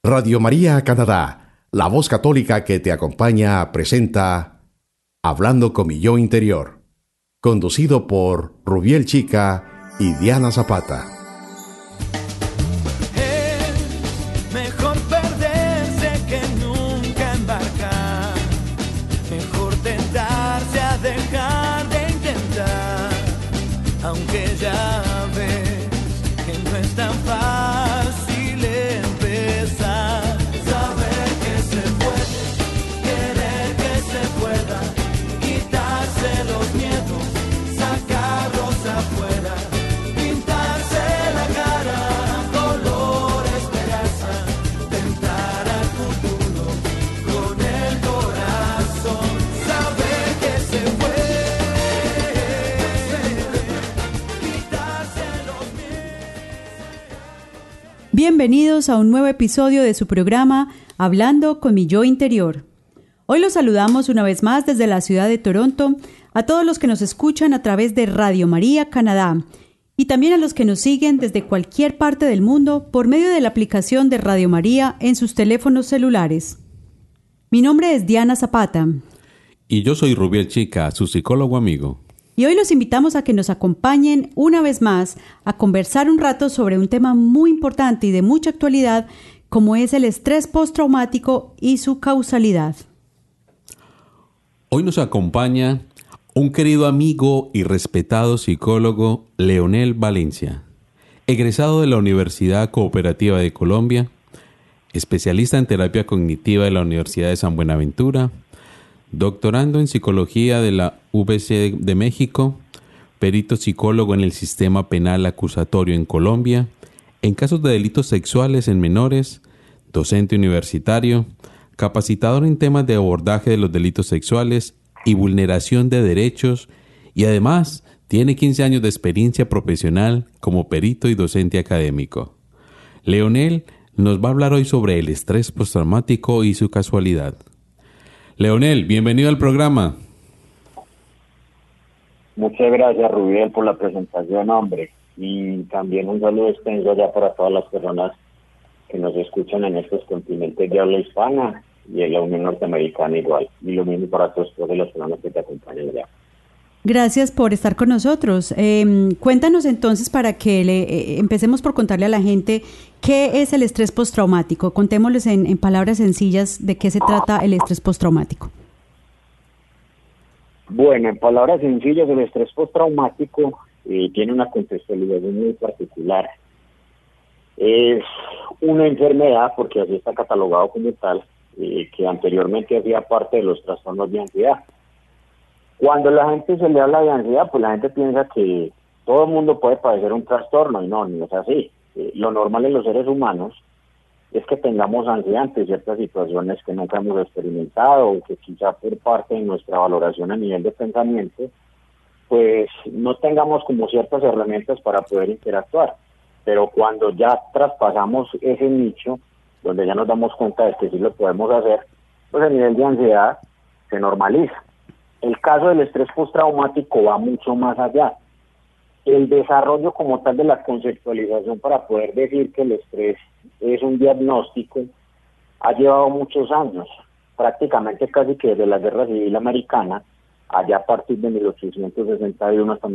Radio María Canadá, la voz católica que te acompaña, presenta Hablando con mi yo interior, conducido por Rubiel Chica y Diana Zapata. Es mejor perderse que nunca embarcar, mejor tentarse a dejar de intentar, aunque ya ves que no es tan fácil empezar. Saber que se puede, querer que se pueda, quitarse los miedos, sacarlos afuera, pintarse la cara, color esperanza, tentar al futuro con el corazón. Saber que se puede, quitarse los miedos. Bienvenidos a un nuevo episodio de su programa Hablando con mi yo interior. Hoy los saludamos una vez más desde la ciudad de Toronto a todos los que nos escuchan a través de Radio María Canadá y también a los que nos siguen desde cualquier parte del mundo por medio de la aplicación de Radio María en sus teléfonos celulares. Mi nombre es Diana Zapata Y yo soy Rubiel Chica, su psicólogo amigo. y hoy los invitamos a que nos acompañen una vez más a conversar un rato sobre un tema muy importante y de mucha actualidad como es el estrés postraumático y su causalidad. Hoy nos acompaña un querido amigo y respetado psicólogo, Leonel Valencia, egresado de la Universidad Cooperativa de Colombia, especialista en terapia cognitiva de la Universidad de San Buenaventura, doctorando en psicología de la UBC de México, perito psicólogo en el sistema penal acusatorio en Colombia, en casos de delitos sexuales en menores, docente universitario, capacitador en temas de abordaje de los delitos sexuales y vulneración de derechos, y además tiene 15 años de experiencia profesional como perito y docente académico. Leonel nos va a hablar hoy sobre el estrés postraumático y su casualidad. Leonel, bienvenido al programa. Muchas gracias, Rubiel, por la presentación, hombre. Y también un saludo extenso allá para todas las personas que nos escuchan en estos continentes de habla hispana y en la Unión Norteamericana igual. Y lo mismo para todas las personas que te acompañan allá. Gracias por estar con nosotros. Cuéntanos entonces para que empecemos por contarle a la gente qué es el estrés postraumático. Contémosles en palabras sencillas de qué se trata el estrés postraumático. Bueno, en palabras sencillas, el estrés postraumático tiene una contextualización muy particular. Es una enfermedad, porque así está catalogado como tal, que anteriormente hacía parte de los trastornos de ansiedad. Cuando la gente se le habla de ansiedad, pues la gente piensa que todo el mundo puede padecer un trastorno, y no es así. Lo normal en los seres humanos es que tengamos ansiedad ante ciertas situaciones que nunca hemos experimentado, o que quizá por parte de nuestra valoración a nivel de pensamiento, pues no tengamos como ciertas herramientas para poder interactuar. Pero cuando ya traspasamos ese nicho, donde ya nos damos cuenta de que sí lo podemos hacer, pues el nivel de ansiedad se normaliza. El caso del estrés postraumático va mucho más allá. El desarrollo como tal de la conceptualización para poder decir que el estrés es un diagnóstico ha llevado muchos años, prácticamente casi que desde la Guerra Civil Americana, allá a partir de 1861 hasta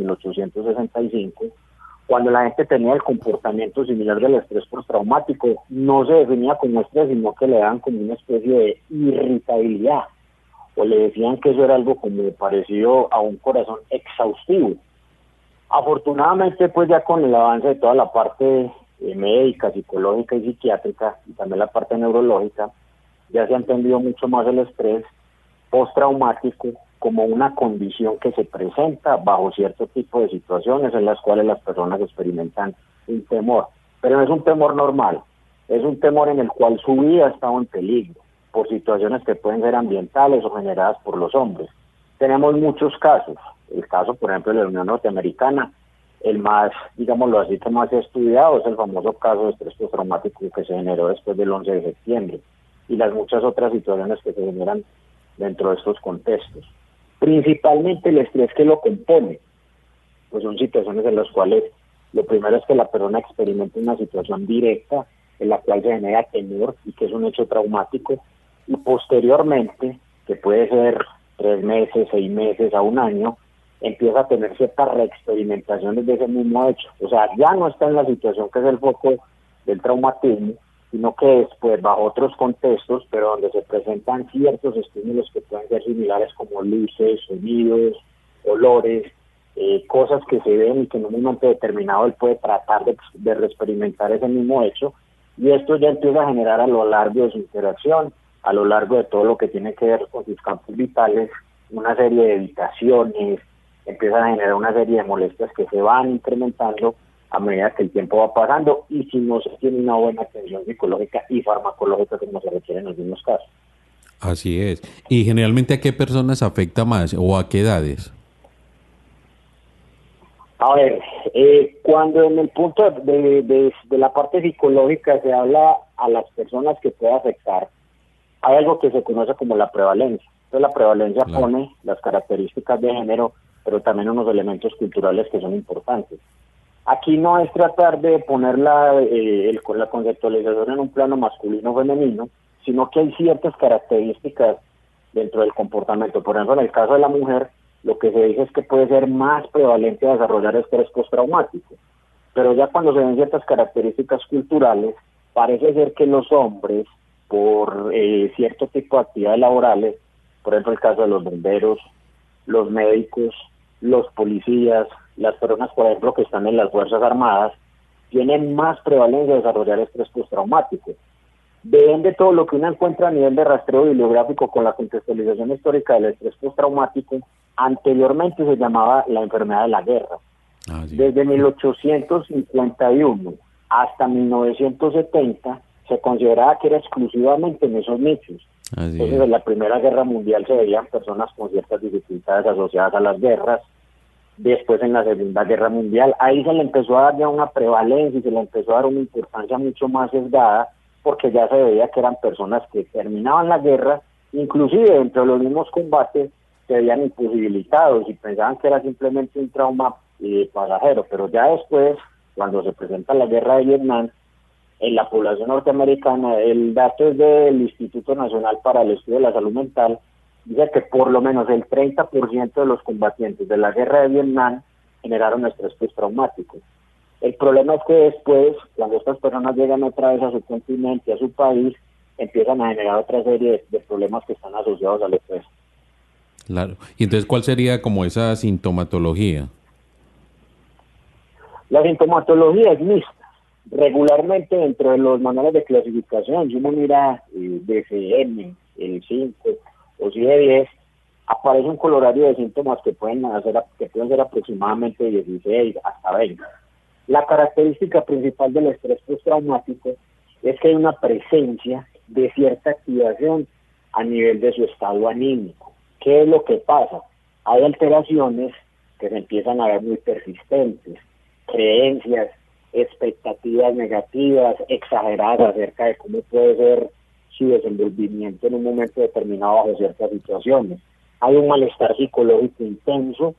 1865, cuando la gente tenía el comportamiento similar del estrés postraumático. No se definía como estrés, sino que le daban como una especie de irritabilidad, o le decían que eso era algo como parecido a un corazón exhaustivo. Afortunadamente, pues ya con el avance de toda la parte médica, psicológica y psiquiátrica, y también la parte neurológica, ya se ha entendido mucho más el estrés postraumático como una condición que se presenta bajo cierto tipo de situaciones en las cuales las personas experimentan un temor. Pero no es un temor normal, es un temor en el cual su vida ha estado en peligro, por situaciones que pueden ser ambientales o generadas por los hombres. Tenemos muchos casos. El caso, por ejemplo, de la Unión Norteamericana, el más, digámoslo así, que más se ha estudiado es el famoso caso de estrés postraumático que se generó después del 11 de septiembre y las muchas otras situaciones que se generan dentro de estos contextos. Principalmente el estrés que lo compone, pues son situaciones en las cuales lo primero es que la persona experimente una situación directa en la cual se genera temor y que es un hecho traumático, y posteriormente, que puede ser 3 meses, 6 meses a un año, empieza a tener ciertas reexperimentaciones de ese mismo hecho. O sea, ya no está en la situación que es el foco del traumatismo, sino que después, bajo otros contextos, pero donde se presentan ciertos estímulos que pueden ser similares como luces, sonidos, olores, cosas que se ven y que en un momento determinado él puede tratar de reexperimentar ese mismo hecho, y esto ya empieza a generar a lo largo de su interacción, a lo largo de todo lo que tiene que ver con sus campos vitales, una serie de evitaciones, empiezan a generar una serie de molestias que se van incrementando a medida que el tiempo va pasando, y si no se tiene una buena atención psicológica y farmacológica como se requiere en algunos casos. Así es. ¿Y generalmente a qué personas afecta más o a qué edades? A ver, cuando en el punto de la parte psicológica se habla a las personas que puede afectar, hay algo que se conoce como la prevalencia. Entonces la prevalencia Claro. pone las características de género, pero también unos elementos culturales que son importantes. Aquí no es tratar de poner la conceptualización en un plano masculino o femenino, sino que hay ciertas características dentro del comportamiento. Por ejemplo, en el caso de la mujer, lo que se dice es que puede ser más prevalente desarrollar estrés postraumático. Pero ya cuando se ven ciertas características culturales, parece ser que los hombres, por cierto tipo de actividades laborales, por ejemplo el caso de los bomberos, los médicos, los policías, las personas, por ejemplo, que están en las Fuerzas Armadas, tienen más prevalencia de desarrollar estrés postraumático. De todo lo que uno encuentra a nivel de rastreo bibliográfico con la contextualización histórica del estrés postraumático, anteriormente se llamaba la enfermedad de la guerra. Así es. Desde 1851 hasta 1970 se consideraba que era exclusivamente en esos nichos. Así Entonces, es. en la Primera Guerra Mundial se veían personas con ciertas dificultades asociadas a las guerras. Después, en la Segunda Guerra Mundial, ahí se le empezó a dar ya una prevalencia y se le empezó a dar una importancia mucho más sesgada, porque ya se veía que eran personas que terminaban la guerra, inclusive dentro de los mismos combates, se veían imposibilitados y pensaban que era simplemente un trauma pasajero. Pero ya después, cuando se presenta la guerra de Vietnam, en la población norteamericana, el dato es del Instituto Nacional para el Estudio de la Salud Mental, dice que por lo menos el 30% de los combatientes de la guerra de Vietnam generaron estrés postraumático. El problema es que después, cuando estas personas llegan otra vez a su continente, a su país, empiezan a generar otra serie de problemas que están asociados al estrés. Claro. Y entonces, ¿cuál sería como esa sintomatología? La sintomatología es mixta. Regularmente dentro de los manuales de clasificación, si uno mira DSM, el 5 o CIE-10, aparece un colorario de síntomas que pueden ser aproximadamente 16 hasta 20. La característica principal del estrés postraumático es que hay una presencia de cierta activación a nivel de su estado anímico. ¿Qué es lo que pasa? Hay alteraciones que se empiezan a ver muy persistentes, creencias, expectativas negativas, exageradas acerca de cómo puede ser su desenvolvimiento en un momento determinado bajo ciertas situaciones. Hay un malestar psicológico intenso,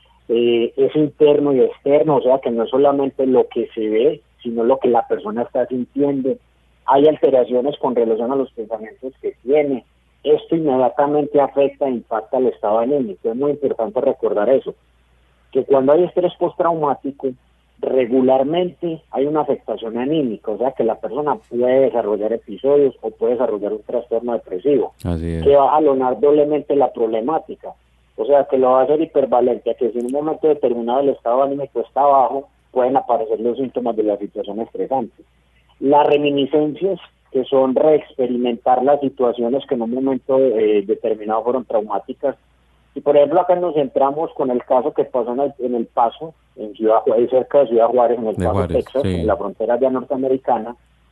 es interno y externo, o sea que no es solamente lo que se ve, sino lo que la persona está sintiendo. Hay alteraciones con relación a los pensamientos que tiene. Esto inmediatamente afecta e impacta el estado anímico. Es muy importante recordar eso, que cuando hay estrés postraumático, regularmente hay una afectación anímica, o sea que la persona puede desarrollar episodios o puede desarrollar un trastorno depresivo, Así es. que va a jalonar doblemente la problemática, o sea que lo va a hacer hipervalente, a que si en un momento determinado el estado anímico está bajo, pueden aparecer los síntomas de la situación estresante. Las reminiscencias, que son reexperimentar las situaciones que en un momento determinado fueron traumáticas. Y por ejemplo acá nos centramos con el caso que pasó en el Paso, en Ciudad Juárez, cerca de Ciudad Juárez, en el Paso, Juárez, Texas, sí. en la frontera ya norteamericana.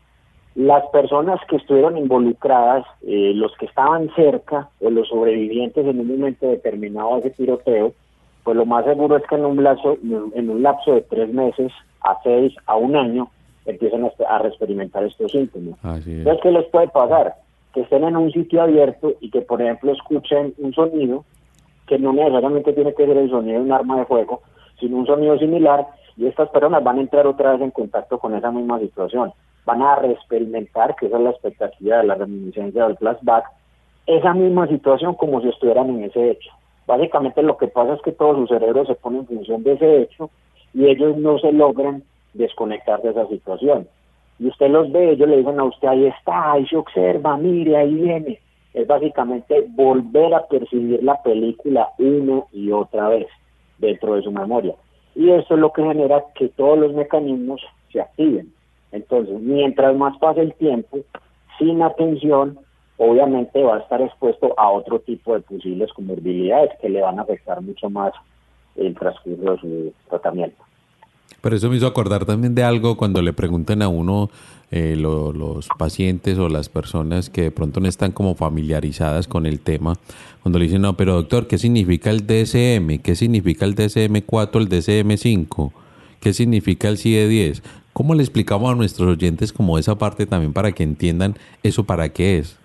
Las personas que estuvieron involucradas, los que estaban cerca o los sobrevivientes en un momento determinado a ese tiroteo, pues lo más seguro es que en un lapso de 3 meses a 6 a 1 año empiezan a experimentar estos síntomas. Así es. Entonces, ¿qué les puede pasar? Que estén en un sitio abierto y que, por ejemplo, escuchen un sonido que no necesariamente tiene que ser el sonido de un arma de fuego, sino un sonido similar, y estas personas van a entrar otra vez en contacto con esa misma situación. van a reexperimentar, que esa es la expectativa de la reminiscencia del flashback, esa misma situación como si estuvieran en ese hecho. Básicamente lo que pasa es que todo su cerebro se pone en función de ese hecho y ellos no se logran desconectar de esa situación. Y usted los ve, ellos le dicen a usted, ahí está, ahí se observa, mire, ahí viene. Es básicamente volver a percibir la película una y otra vez dentro de su memoria. Y eso es lo que genera que todos los mecanismos se activen. Entonces, mientras más pase el tiempo, sin atención, obviamente va a estar expuesto a otro tipo de posibles comorbilidades que le van a afectar mucho más el transcurso de su tratamiento. Pero eso me hizo acordar también de algo cuando le preguntan a uno los pacientes o las personas que de pronto no están como familiarizadas con el tema, cuando le dicen, no, pero doctor, ¿qué significa el DSM? ¿Qué significa el DSM-4, el DSM-5? ¿Qué significa el CIE-10? ¿Cómo le explicamos a nuestros oyentes como esa parte también para que entiendan eso para qué es?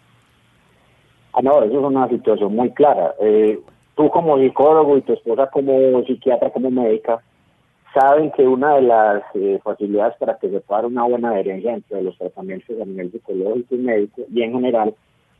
No, eso es una situación muy clara. Tú como psicólogo y tu esposa como psiquiatra, como médica, saben que una de las facilidades para que se pueda dar una buena adherencia entre los tratamientos a nivel psicológico y médico y en general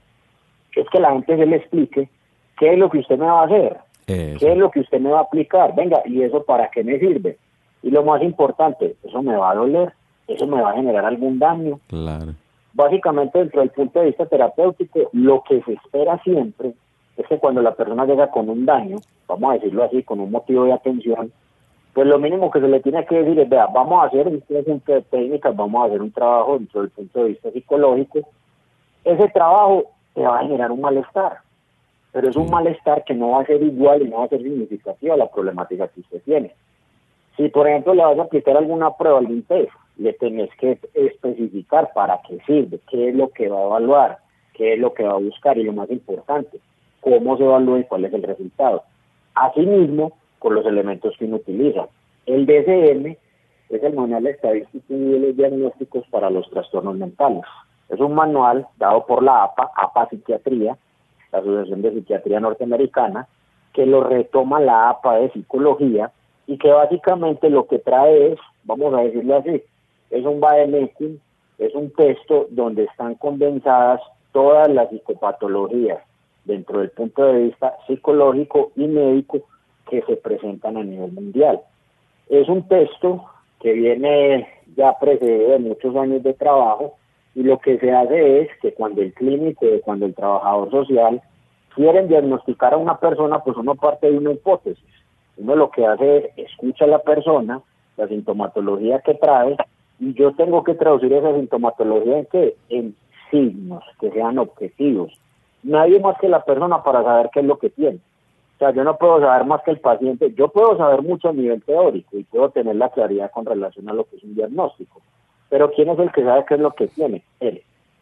es que la gente se le explique qué es lo que usted me va a hacer, qué es lo que usted me va a aplicar, venga, y eso para qué me sirve. Y lo más importante, eso me va a doler, eso me va a generar algún daño. Claro. Básicamente, dentro del punto de vista terapéutico, lo que se espera siempre es que cuando la persona llega con un daño, vamos a decirlo así, con un motivo de atención, pues lo mínimo que se le tiene que decir es, vea, vamos a hacer un conjunto de técnicas, vamos a hacer un trabajo dentro del punto de vista psicológico. Ese trabajo te va a generar un malestar, pero es un malestar que no va a ser igual y no va a ser significativo a la problemática que usted tiene. Si, por ejemplo, le vas a aplicar alguna prueba, algún test, le tenés que especificar para qué sirve, qué es lo que va a evaluar, qué es lo que va a buscar y lo más importante, cómo se evalúa y cuál es el resultado. Asimismo, con los elementos que uno utiliza. El DSM es el Manual Estadístico y de los Diagnósticos para los Trastornos Mentales. Es un manual dado por la APA Psiquiatría, la Asociación de Psiquiatría Norteamericana, que lo retoma la APA de Psicología y que básicamente lo que trae es, vamos a decirlo así, es un vademecum, es un texto donde están condensadas todas las psicopatologías dentro del punto de vista psicológico y médico que se presentan a nivel mundial. Es un texto que viene ya precedido de muchos años de trabajo y lo que se hace es que cuando el clínico o cuando el trabajador social quieren diagnosticar a una persona, pues uno parte de una hipótesis. Uno lo que hace es escucha a la persona, la sintomatología que trae, y yo tengo que traducir esa sintomatología en ¿qué? En signos que sean objetivos. Nadie más que la persona para saber qué es lo que tiene. O sea, yo no puedo saber más que el paciente, yo puedo saber mucho a nivel teórico y puedo tener la claridad con relación a lo que es un diagnóstico, pero ¿quién es el que sabe qué es lo que tiene? Él.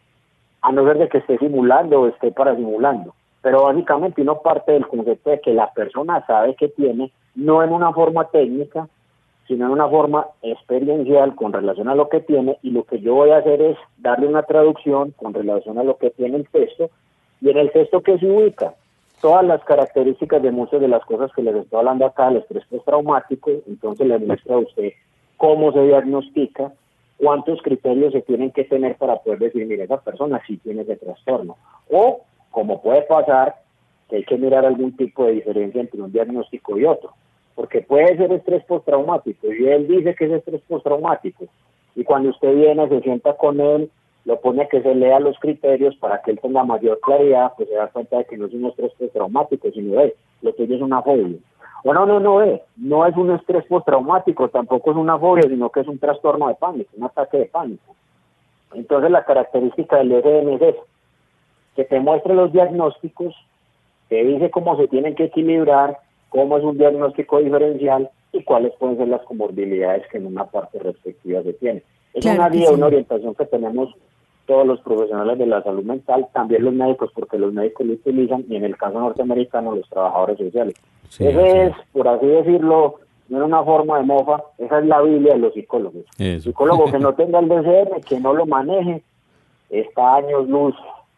A no ser de que esté simulando o esté parasimulando. Pero básicamente uno parte del concepto de que la persona sabe qué tiene, no en una forma técnica, sino en una forma experiencial con relación a lo que tiene, y lo que yo voy a hacer es darle una traducción con relación a lo que tiene el texto, y en el texto que se ubica todas las características de muchas de las cosas que les estoy hablando acá, el estrés postraumático. Entonces le muestra a usted cómo se diagnostica, cuántos criterios se tienen que tener para poder decir, mire, esa persona sí tiene ese trastorno. O, como puede pasar, que hay que mirar algún tipo de diferencia entre un diagnóstico y otro. Porque puede ser estrés postraumático, y él dice que es estrés postraumático. Y cuando usted viene, se sienta con él, lo pone a que se lea los criterios para que él tenga mayor claridad, pues se da cuenta de que no es un estrés postraumático, sino lo tuyo es una fobia. O no es un estrés postraumático, tampoco es una fobia, sino que es un trastorno de pánico, un ataque de pánico. Entonces la característica del DSM es esa, que te muestre los diagnósticos, te dice cómo se tienen que equilibrar, cómo es un diagnóstico diferencial y cuáles pueden ser las comorbilidades que en una parte respectiva se tienen. Es claro, una guía, sí, una orientación que tenemos todos los profesionales de la salud mental, también los médicos, porque los médicos lo utilizan, y en el caso norteamericano los trabajadores sociales. Sí, Ese es, por así decirlo, no es una forma de mofa, esa es la Biblia de los psicólogos. Eso. Psicólogo que no tenga el DSM, que no lo maneje, está años luz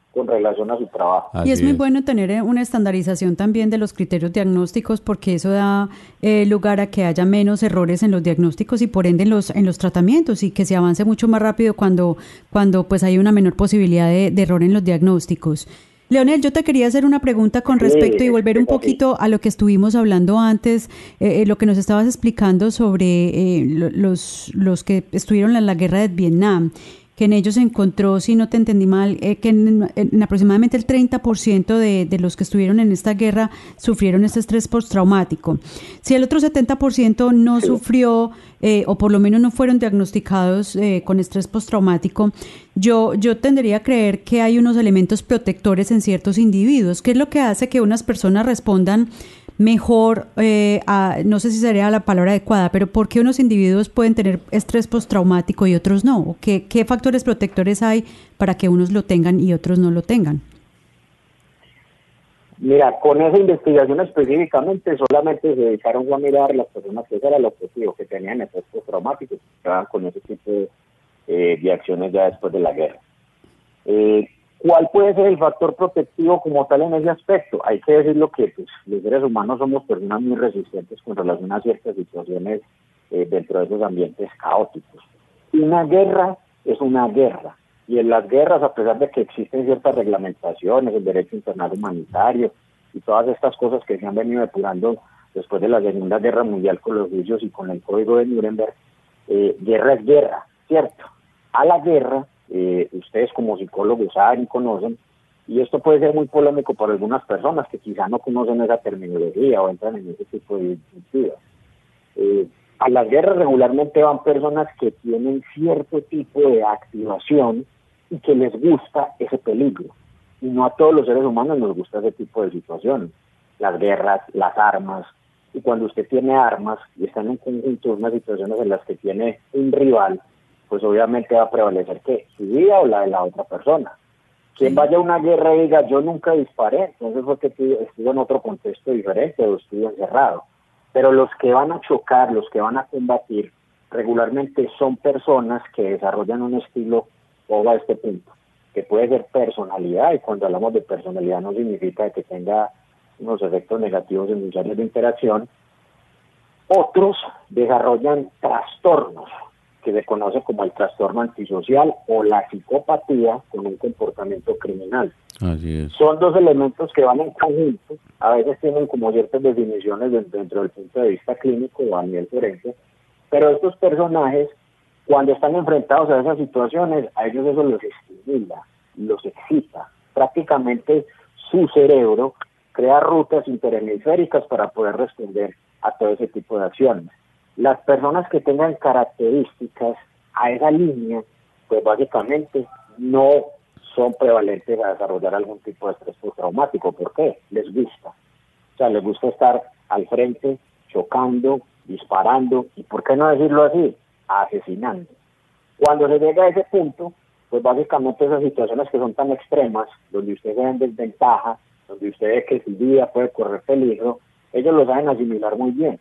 con relación a su trabajo. Y es Así muy es. bueno tener una estandarización también de los criterios diagnósticos porque eso da lugar a que haya menos errores en los diagnósticos y por ende en los tratamientos y que se avance mucho más rápido cuando pues hay una menor posibilidad de error en los diagnósticos. Leonel, yo te quería hacer una pregunta con Sí, respecto y volver un es así. poquito a lo que estuvimos hablando antes, lo que nos estabas explicando sobre los que estuvieron en la guerra de Vietnam, que en ellos se encontró, si no te entendí mal, que en aproximadamente el 30% de los que estuvieron en esta guerra sufrieron este estrés postraumático. Si el otro 70% no Sí. sufrió, o por lo menos no fueron diagnosticados con estrés postraumático, yo tendería a creer que hay unos elementos protectores en ciertos individuos. ¿Qué es lo que hace que unas personas respondan mejor, no sé si sería la palabra adecuada, pero por qué unos individuos pueden tener estrés postraumático y otros no? ¿O qué factores protectores hay para que unos lo tengan y otros no lo tengan? Mira, con esa investigación específicamente solamente se dedicaron a mirar las personas que ese era el objetivo, que tenían efectos traumáticos, que estaban con ese tipo de acciones ya después de la guerra. ¿Cuál puede ser el factor protectivo como tal en ese aspecto? Hay que decirlo que pues, los seres humanos somos personas muy resistentes con relación a ciertas situaciones dentro de esos ambientes caóticos. Una guerra es una guerra. Y en las guerras, a pesar de que existen ciertas reglamentaciones, el derecho internacional humanitario y todas estas cosas que se han venido depurando después de la Segunda Guerra Mundial con los juicios y con el Código de Nuremberg, guerra es guerra, ¿cierto? A la guerra, ustedes como psicólogos saben y conocen, y esto puede ser muy polémico para algunas personas que quizá no conocen esa terminología o entran en ese tipo de disyuntivas. A las guerras regularmente van personas que tienen cierto tipo de activación y que les gusta ese peligro. Y no a todos los seres humanos nos gusta ese tipo de situaciones. Las guerras, las armas. Y cuando usted tiene armas y está en un conjunto de unas situaciones en las que tiene un rival, pues obviamente va a prevalecer ¿qué? Su vida o la de la otra persona. Quien vaya a una guerra y diga yo nunca disparé, entonces fue que estuvo en otro contexto diferente o estuvo encerrado. Pero los que van a chocar, los que van a combatir, regularmente son personas que desarrollan un estilo, o a este punto, que puede ser personalidad, y cuando hablamos de personalidad no significa que tenga unos efectos negativos en sus áreas de interacción. Otros desarrollan trastornos, que se conoce como el trastorno antisocial o la psicopatía con un comportamiento criminal. Así es. Son dos elementos que van en conjunto, a veces tienen como ciertas definiciones dentro del punto de vista clínico o a nivel forense, pero estos personajes, cuando están enfrentados a esas situaciones, a ellos eso los estimula, los excita. Prácticamente su cerebro crea rutas interhemisféricas para poder responder a todo ese tipo de acciones. Las personas que tengan características a esa línea, pues básicamente no son prevalentes a desarrollar algún tipo de estrés postraumático. ¿Por qué? Les gusta. O sea, les gusta estar al frente, chocando, disparando, y ¿por qué no decirlo así? Asesinando. Cuando se llega a ese punto, pues básicamente esas situaciones que son tan extremas, donde usted ve en desventaja, donde usted ve que su vida puede correr peligro, ellos lo saben asimilar muy bien.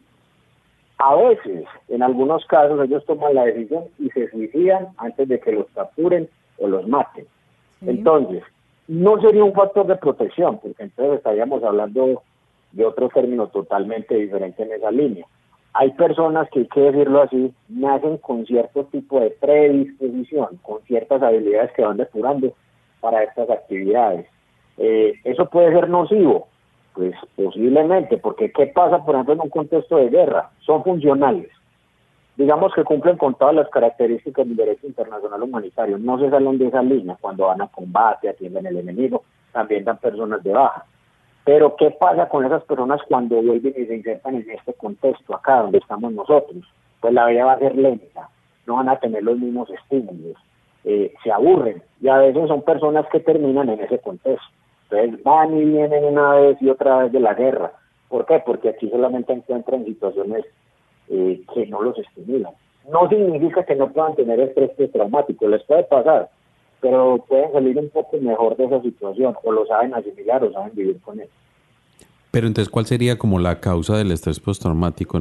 A veces, en algunos casos, ellos toman la decisión y se suicidan antes de que los capturen o los maten. Sí. Entonces, no sería un factor de protección, porque entonces estaríamos hablando de otro término totalmente diferente en esa línea. Hay personas que, hay que decirlo así, nacen con cierto tipo de predisposición, con ciertas habilidades que van depurando para estas actividades. ¿Eso puede ser nocivo? Pues posiblemente, porque ¿qué pasa, por ejemplo, en un contexto de guerra? Son funcionales. Digamos que cumplen con todas las características del derecho internacional humanitario. No se salen de esa línea cuando van a combate, atienden al enemigo, también dan personas de baja. Pero ¿qué pasa con esas personas cuando vuelven y se insertan en este contexto, acá donde estamos nosotros? Pues la vida va a ser lenta, no van a tener los mismos estímulos, se aburren, y a veces son personas que terminan en ese contexto. Entonces van y vienen una vez y otra vez de la guerra. ¿Por qué? Porque aquí solamente encuentran situaciones que no los estimulan. No significa que no puedan tener estrés traumático, les puede pasar, pero pueden salir un poco mejor de esa situación, o lo saben asimilar o saben vivir con él. Pero entonces, ¿cuál sería como la causa del estrés postraumático?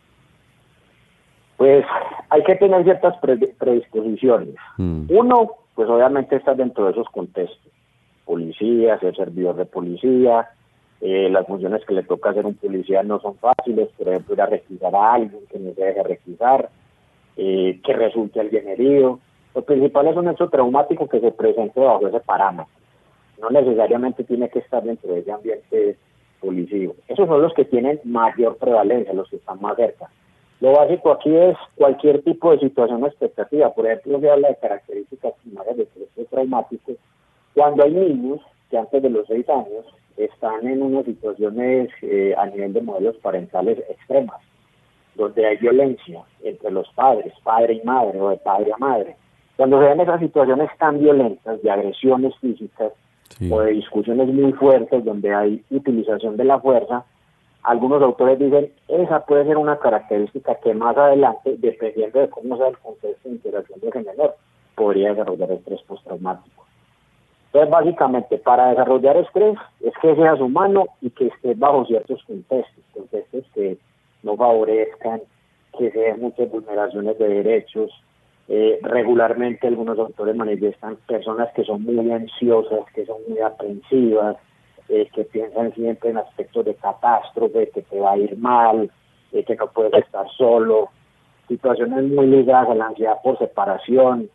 Pues hay que tener ciertas predisposiciones. Uno, pues obviamente estás dentro de esos contextos. Policía, ser servidor de policía, las funciones que le toca hacer un policía no son fáciles, por ejemplo, ir a requisar a alguien que no se deje requisar, que resulte alguien herido. Lo principal es un hecho traumático que se presente bajo ese parámetro. No necesariamente tiene que estar dentro de ese ambiente policíaco. Esos son los que tienen mayor prevalencia, los que están más cerca. Lo básico aquí es cualquier tipo de situación o expectativa. Por ejemplo, se habla de características primarias de estrés traumático. Cuando hay niños que antes de los 6 años están en unas situaciones a nivel de modelos parentales extremas, donde hay violencia entre los padres, padre y madre, o de padre a madre. Cuando se ven esas situaciones tan violentas, de agresiones físicas, Sí. o de discusiones muy fuertes, donde hay utilización de la fuerza, algunos autores dicen, esa puede ser una característica que más adelante, dependiendo de cómo sea el contexto de interacción de ese menor, podría desarrollar estrés postraumático. Entonces, básicamente, para desarrollar estrés, es que seas humano y que estés bajo ciertos contextos que no favorezcan, que se den muchas vulneraciones de derechos. Regularmente algunos autores manifiestan personas que son muy ansiosas, que son muy aprensivas, que piensan siempre en aspectos de catástrofe, que te va a ir mal, que no puedes estar solo, situaciones muy ligadas a la ansiedad por separación,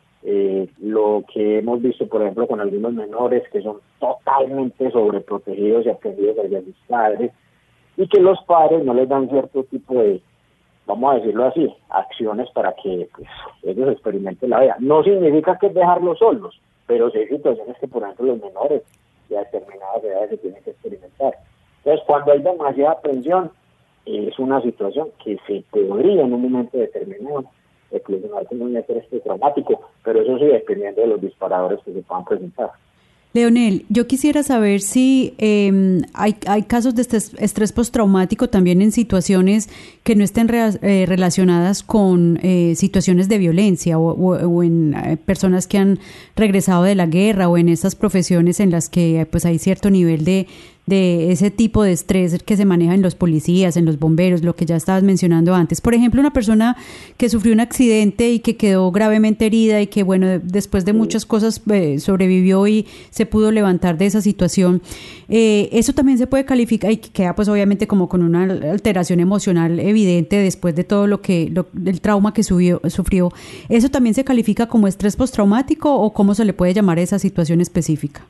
lo que hemos visto, por ejemplo, con algunos menores que son totalmente sobreprotegidos y atendidos desde sus padres, y que los padres no les dan cierto tipo de, vamos a decirlo así, acciones para que pues, ellos experimenten la vida. No significa que es dejarlos solos, pero sí hay situaciones que, por ejemplo, los menores de determinadas edades se tienen que experimentar. Entonces, cuando hay demasiada aprensión, es una situación que se podría en un momento determinado eclosionar como un estrés traumático, pero eso sí dependiendo de los disparadores que se puedan presentar. Leonel, yo quisiera saber si hay casos de estrés postraumático también en situaciones que no estén relacionadas con situaciones de violencia o en personas que han regresado de la guerra o en esas profesiones en las que pues hay cierto nivel de ese tipo de estrés que se maneja en los policías, en los bomberos, lo que ya estabas mencionando antes. Por ejemplo, una persona que sufrió un accidente y que quedó gravemente herida y que, bueno, después de muchas cosas sobrevivió y se pudo levantar de esa situación. Eso también se puede calificar y queda pues obviamente como con una alteración emocional evidente después de todo el trauma que sufrió. ¿Eso también se califica como estrés postraumático o cómo se le puede llamar a esa situación específica?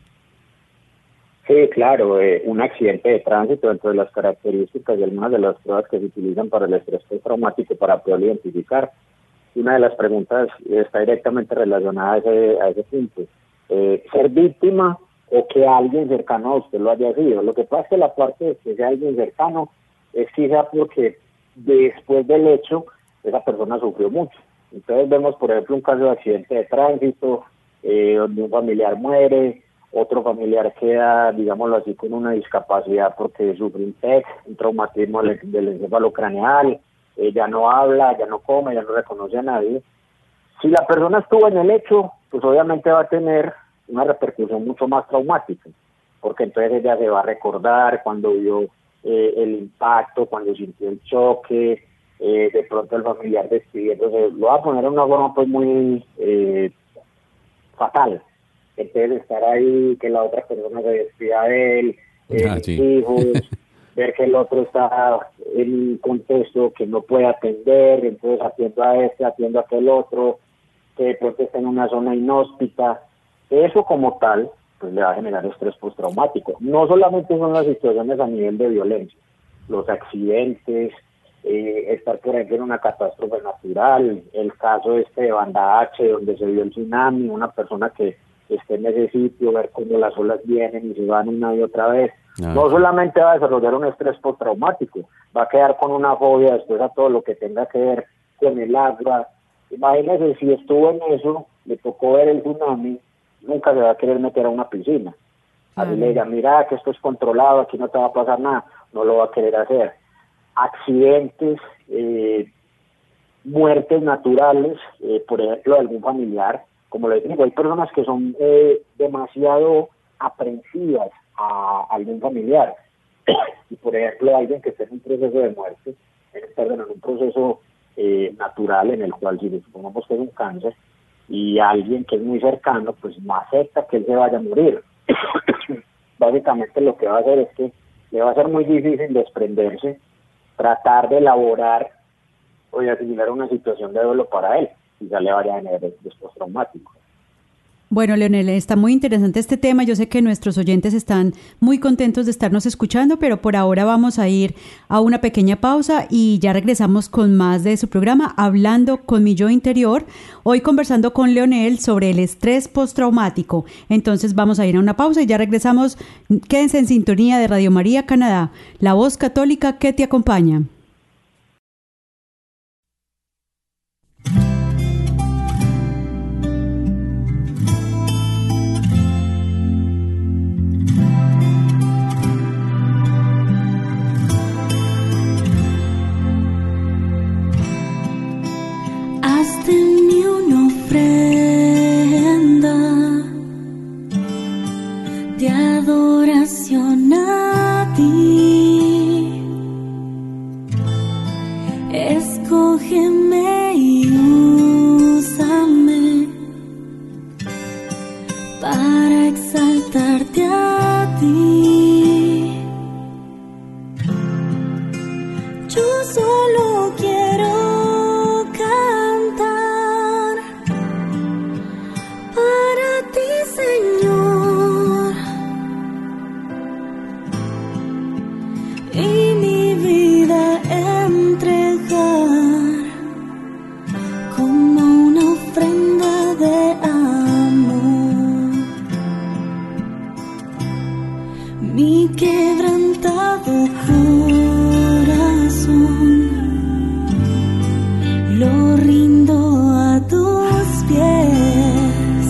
Sí, claro, un accidente de tránsito dentro de las características y algunas de las pruebas que se utilizan para el estrés postraumático para poder identificar. Una de las preguntas está directamente relacionada a ese punto. Ser víctima o que alguien cercano a usted lo haya sido. Lo que pasa es que la parte de que sea alguien cercano es quizá porque después del hecho esa persona sufrió mucho. Entonces vemos, por ejemplo, un caso de accidente de tránsito donde un familiar muere, otro familiar queda, digámoslo así, con una discapacidad porque sufre un TEC, un traumatismo del encéfalo craneal, ya no habla, ya no come, ya no reconoce a nadie. Si la persona estuvo en el hecho, pues obviamente va a tener una repercusión mucho más traumática, porque entonces ella se va a recordar cuando vio el impacto, cuando sintió el choque, de pronto el familiar despidiéndose, lo va a poner de una forma pues muy fatal. Entonces estar ahí, que la otra persona se despida de él, Sí. hijos, ver que el otro está en un contexto que no puede atender, entonces atiendo a este, atiendo a aquel otro, que de pronto está en una zona inhóspita. Eso como tal, pues le va a generar estrés postraumático. No solamente son las situaciones a nivel de violencia, los accidentes, estar por ejemplo en una catástrofe natural, el caso de Banda H, donde se vio el tsunami, una persona que esté en ese sitio, ver cómo las olas vienen y se van una y otra vez. No solamente va a desarrollar un estrés postraumático, va a quedar con una fobia después a todo lo que tenga que ver con el agua. Imagínese si estuvo en eso, le tocó ver el tsunami, nunca se va a querer meter a una piscina. Así le diga, mira que esto es controlado, aquí no te va a pasar nada, no lo va a querer hacer. Accidentes, muertes naturales, por ejemplo, de algún familiar. Como les digo, hay personas que son demasiado aprensivas a algún familiar. Y por ejemplo, alguien que esté en un proceso de muerte, en un proceso natural en el cual, si supongamos que es un cáncer, y alguien que es muy cercano pues no acepta que él se vaya a morir. Básicamente lo que va a hacer es que le va a ser muy difícil desprenderse, tratar de elaborar o de asimilar una situación de duelo para él, y ya le vaya a generar estrés postraumático. Bueno, Leonel, está muy interesante este tema. Yo sé que nuestros oyentes están muy contentos de estarnos escuchando, pero por ahora vamos a ir a una pequeña pausa y ya regresamos con más de su programa Hablando con mi yo interior. Hoy conversando con Leonel sobre el estrés postraumático. Entonces vamos a ir a una pausa y ya regresamos. Quédense en sintonía de Radio María Canadá, la voz católica que te acompaña. Haz de mí una ofrenda de adoración a ti. Escógeme y úsame para exaltarte a ti. Yo solo quiero cantar para ti, Señor, y mi vida entregar como una ofrenda de amor. Mi quebrantado corazón lo rindo a tus pies,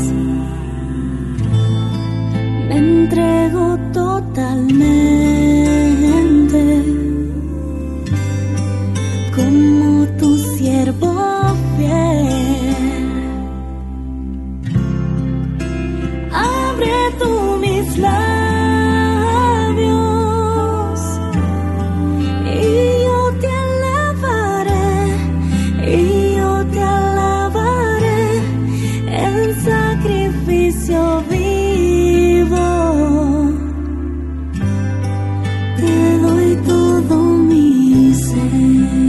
me entrego totalmente como tu siervo fiel. Abre tú mis labios y yo te alabaré, y yo te alabaré en sacrificio vivo. Te doy todo mi ser.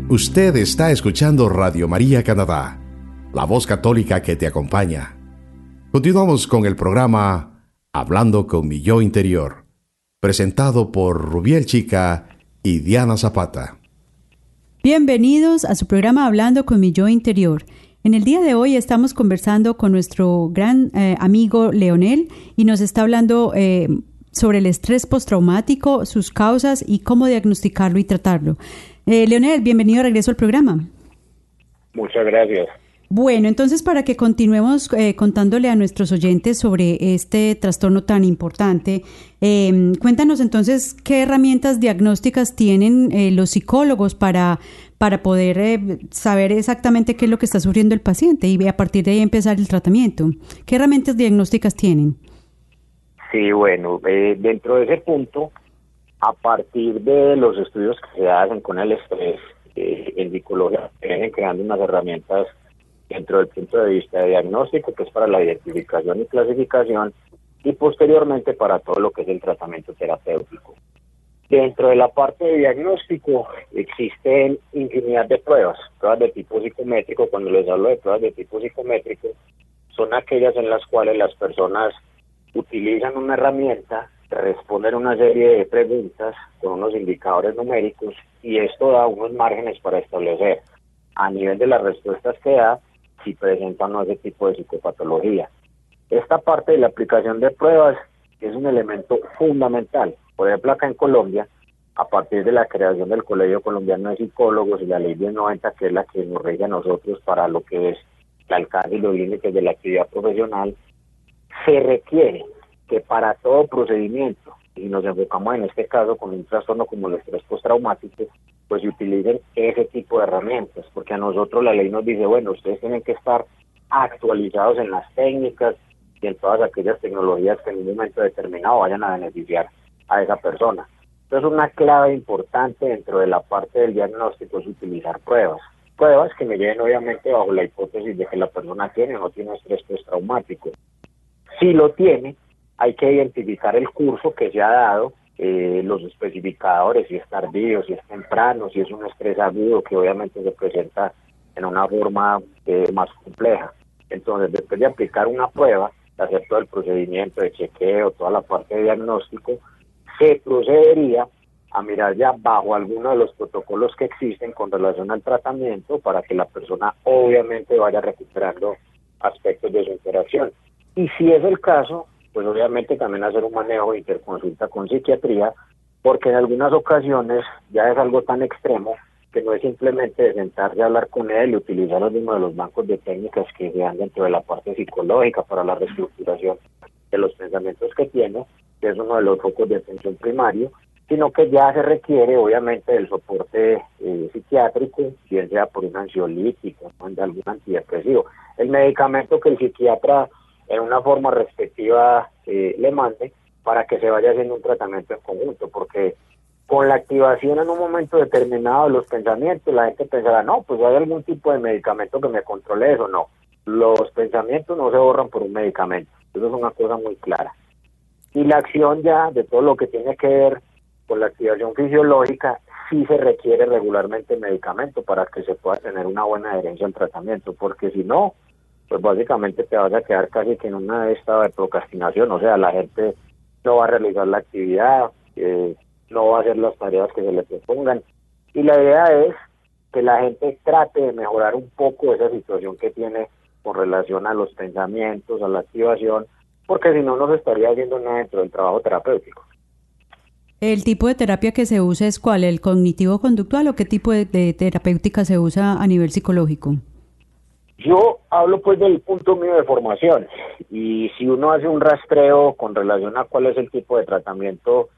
Usted está escuchando Radio María Canadá, la voz católica que te acompaña. Continuamos con el programa Hablando con mi yo interior, presentado por Rubiel Chica y Diana Zapata. Bienvenidos a su programa Hablando con mi yo interior. En el día de hoy estamos conversando con nuestro gran amigo Leonel y nos está hablando sobre el estrés postraumático, sus causas y cómo diagnosticarlo y tratarlo. Leonel, bienvenido de regreso al programa. Muchas gracias. Bueno, entonces para que continuemos contándole a nuestros oyentes sobre este trastorno tan importante, cuéntanos entonces qué herramientas diagnósticas tienen los psicólogos para poder saber exactamente qué es lo que está sufriendo el paciente y a partir de ahí empezar el tratamiento. ¿Qué herramientas diagnósticas tienen? Sí, bueno, dentro de ese punto, a partir de los estudios que se hacen con el estrés en psicología, se vienen creando unas herramientas dentro del punto de vista de diagnóstico, que es para la identificación y clasificación, y posteriormente para todo lo que es el tratamiento terapéutico. Dentro de la parte de diagnóstico existen infinidad de pruebas de tipo psicométrico. Cuando les hablo de pruebas de tipo psicométrico, son aquellas en las cuales las personas utilizan una herramienta, responden una serie de preguntas con unos indicadores numéricos y esto da unos márgenes para establecer a nivel de las respuestas que da si presentan o no ese tipo de psicopatología. Esta parte de la aplicación de pruebas es un elemento fundamental. Por ejemplo, acá en Colombia, a partir de la creación del Colegio Colombiano de Psicólogos y la Ley 1090, que es la que nos rige a nosotros para lo que es el alcance y los límites de la actividad profesional, se requiere que para todo procedimiento, y nos enfocamos en este caso con un trastorno como el estrés postraumático, pues se utilicen ese tipo de herramientas, porque a nosotros la ley nos dice, bueno, ustedes tienen que estar actualizados en las técnicas y en todas aquellas tecnologías que en un momento determinado vayan a beneficiar a esa persona. Entonces una clave importante dentro de la parte del diagnóstico es utilizar pruebas que me lleven obviamente bajo la hipótesis de que la persona tiene o no tiene estrés postraumático. Si lo tiene, hay que identificar el curso que se ha dado, los especificadores, si es tardío, si es temprano, si es un estrés agudo que obviamente se presenta en una forma más compleja. Entonces, después de aplicar una prueba, de hacer todo el procedimiento de chequeo, toda la parte de diagnóstico, se procedería a mirar ya bajo alguno de los protocolos que existen con relación al tratamiento para que la persona obviamente vaya recuperando aspectos de su interacción. Y si es el caso, pues obviamente también hacer un manejo de interconsulta con psiquiatría, porque en algunas ocasiones ya es algo tan extremo que no es simplemente de sentarse a hablar con él y utilizar uno de los bancos de técnicas que se dan dentro de la parte psicológica para la reestructuración de los pensamientos que tiene, que es uno de los focos de atención primario, sino que ya se requiere obviamente del soporte psiquiátrico, bien sea por un ansiolítico o de algún antidepresivo. El medicamento que el psiquiatra en una forma respectiva le mande para que se vaya haciendo un tratamiento en conjunto, porque con la activación en un momento determinado de los pensamientos, la gente pensará, no, pues hay algún tipo de medicamento que me controle eso. No, los pensamientos no se borran por un medicamento, eso es una cosa muy clara. Y la acción ya de todo lo que tiene que ver con la activación fisiológica, sí se requiere regularmente medicamento para que se pueda tener una buena adherencia al tratamiento, porque si no, pues básicamente te vas a quedar casi que en una estado de procrastinación, o sea, la gente no va a realizar la actividad, no va a hacer las tareas que se le propongan, y la idea es que la gente trate de mejorar un poco esa situación que tiene con relación a los pensamientos, a la activación, porque si no, no se estaría haciendo nada dentro del trabajo terapéutico. ¿El tipo de terapia que se usa es cuál? ¿El cognitivo-conductual o qué tipo de terapéutica se usa a nivel psicológico? Yo hablo pues del punto mío de formación, y si uno hace un rastreo con relación a cuál es el tipo de tratamiento,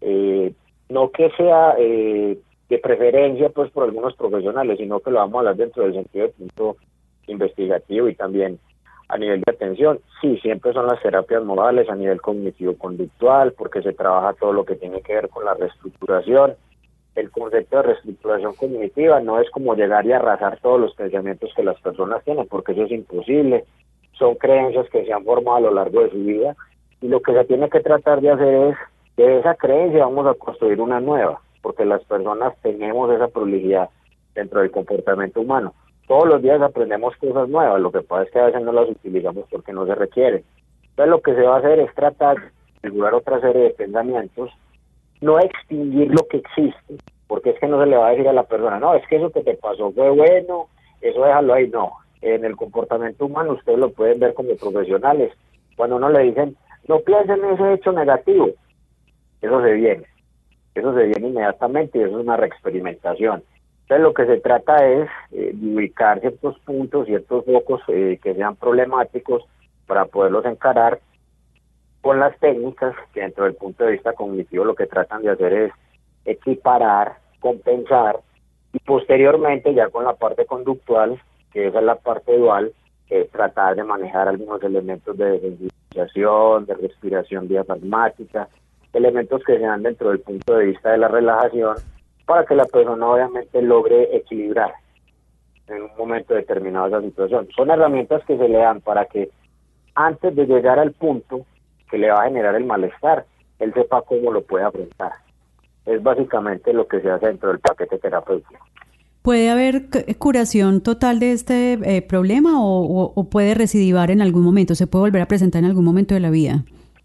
no que sea de preferencia pues por algunos profesionales, sino que lo vamos a hablar dentro del sentido de punto investigativo y también a nivel de atención, sí, siempre son las terapias morales a nivel cognitivo-conductual, porque se trabaja todo lo que tiene que ver con la reestructuración. El concepto de reestructuración cognitiva no es como llegar y arrasar todos los pensamientos que las personas tienen, porque eso es imposible. Son creencias que se han formado a lo largo de su vida, y lo que se tiene que tratar de hacer es, de esa creencia vamos a construir una nueva, porque las personas tenemos esa prolijidad dentro del comportamiento humano. Todos los días aprendemos cosas nuevas, lo que pasa es que a veces no las utilizamos porque no se requieren. Entonces lo que se va a hacer es tratar de configurar otra serie de pensamientos, no extinguir lo que existe, porque es que no se le va a decir a la persona, no, es que eso que te pasó fue bueno, eso déjalo ahí, no. En el comportamiento humano ustedes lo pueden ver como profesionales. Cuando uno le dicen, no piensen en ese hecho negativo, eso se viene inmediatamente y eso es una reexperimentación. Entonces lo que se trata es de ubicar ciertos puntos, ciertos focos que sean problemáticos para poderlos encarar con las técnicas que dentro del punto de vista cognitivo lo que tratan de hacer es equiparar, compensar y posteriormente ya con la parte conductual, que esa es la parte dual, tratar de manejar algunos elementos de sensibilización, de respiración diafragmática, elementos que se dan dentro del punto de vista de la relajación para que la persona obviamente logre equilibrar en un momento determinado esa situación. Son herramientas que se le dan para que antes de llegar al punto que le va a generar el malestar, él sepa cómo lo puede afrontar. Es básicamente lo que se hace dentro del paquete terapéutico. ¿Puede haber curación total de este problema o puede recidivar en algún momento? ¿Se puede volver a presentar en algún momento de la vida?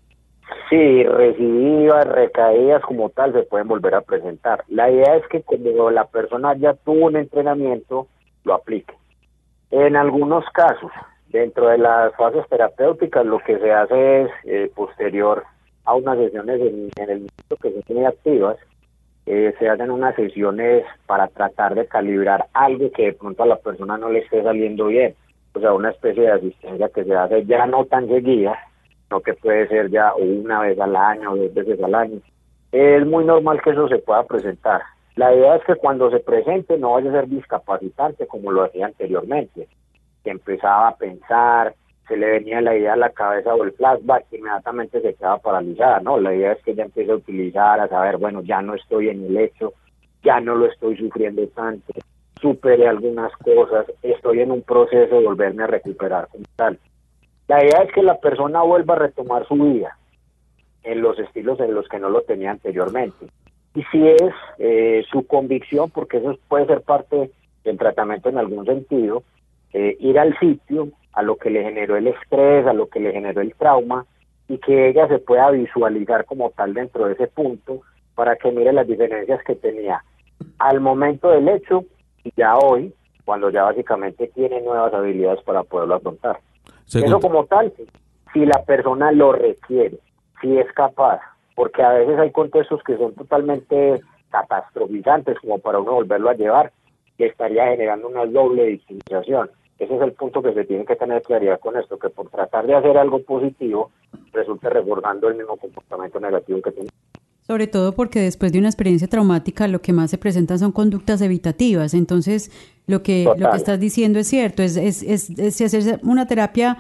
Sí, recidivas, recaídas como tal se pueden volver a presentar. La idea es que como la persona ya tuvo un entrenamiento, lo aplique. En algunos casos, dentro de las fases terapéuticas, lo que se hace es, posterior a unas sesiones en el momento que se tienen activas, se hacen unas sesiones para tratar de calibrar algo que de pronto a la persona no le esté saliendo bien. O sea, una especie de asistencia que se hace ya no tan seguida, no que puede ser ya una vez al año o 2 veces al año. Es muy normal que eso se pueda presentar. La idea es que cuando se presente no vaya a ser discapacitante como lo hacía anteriormente, que empezaba a pensar, se le venía la idea a la cabeza o el flashback, inmediatamente se quedaba paralizada, ¿no? La idea es que ella empiece a utilizar, a saber, bueno, ya no estoy en el hecho, ya no lo estoy sufriendo tanto, superé algunas cosas, estoy en un proceso de volverme a recuperar como tal. La idea es que la persona vuelva a retomar su vida en los estilos en los que no lo tenía anteriormente. Y si es su convicción, porque eso puede ser parte del tratamiento en algún sentido, ir al sitio, a lo que le generó el estrés, a lo que le generó el trauma, y que ella se pueda visualizar como tal dentro de ese punto, para que mire las diferencias que tenía al momento del hecho y ya hoy, cuando ya básicamente tiene nuevas habilidades para poderlo afrontar. Eso como tal, si la persona lo requiere, si es capaz, porque a veces hay contextos que son totalmente catastrofizantes como para uno volverlo a llevar, que estaría generando una doble victimización. Ese es el punto que se tiene que tener claridad con esto, que por tratar de hacer algo positivo, resulte recordando el mismo comportamiento negativo que tiene. Sobre todo porque después de una experiencia traumática lo que más se presentan son conductas evitativas. Entonces, lo que estás diciendo es cierto, es hacer una terapia